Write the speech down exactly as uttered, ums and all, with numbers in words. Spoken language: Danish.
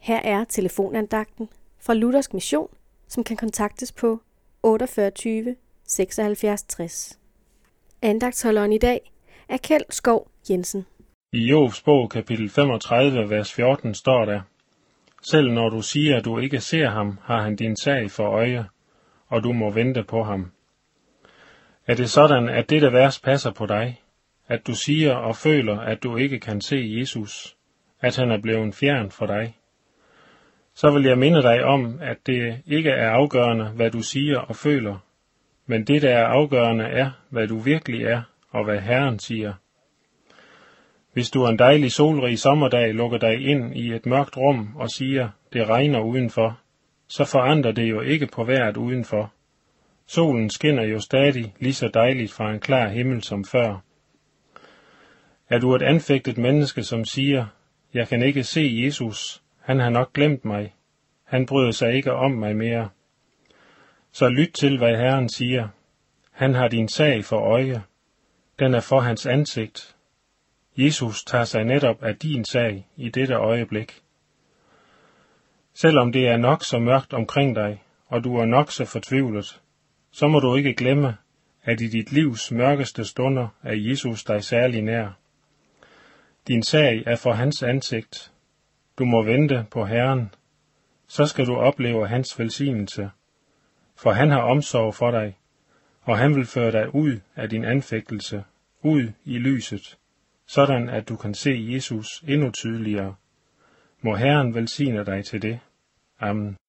Her er telefonandagten fra Luthersk Mission, som kan kontaktes på otteogfyrre tyve seksoghalvfjerds tres. Andagtsholderen i dag er Kjeld Skov Jensen. I Jobs bog kapitel femogtredive, vers fjorten står der: Selv når du siger, at du ikke ser ham, har han din sag for øje, og du må vente på ham. Er det sådan, at dette vers passer på dig? At du siger og føler, at du ikke kan se Jesus? At han er blevet fjern for dig? Så vil jeg minde dig om, at det ikke er afgørende, hvad du siger og føler, men det, der er afgørende, er, hvad du virkelig er, og hvad Herren siger. Hvis du en dejlig solrig sommerdag lukker dig ind i et mørkt rum og siger, det regner udenfor, så forandrer det jo ikke på vejret udenfor. Solen skinner jo stadig lige så dejligt fra en klar himmel som før. Er du et anfægtet menneske, som siger, jeg kan ikke se Jesus, han har nok glemt mig, han bryder sig ikke om mig mere. Så lyt til, hvad Herren siger. Han har din sag for øje. Den er for hans ansigt. Jesus tager sig netop af din sag i dette øjeblik. Selvom det er nok så mørkt omkring dig, og du er nok så fortvivlet, så må du ikke glemme, at i dit livs mørkeste stunder er Jesus dig særlig nær. Din sag er for hans ansigt. Du må vente på Herren. Så skal du opleve hans velsignelse. For han har omsorg for dig, og han vil føre dig ud af din anfægtelse, ud i lyset, sådan at du kan se Jesus endnu tydeligere. Må Herren velsigne dig til det. Amen.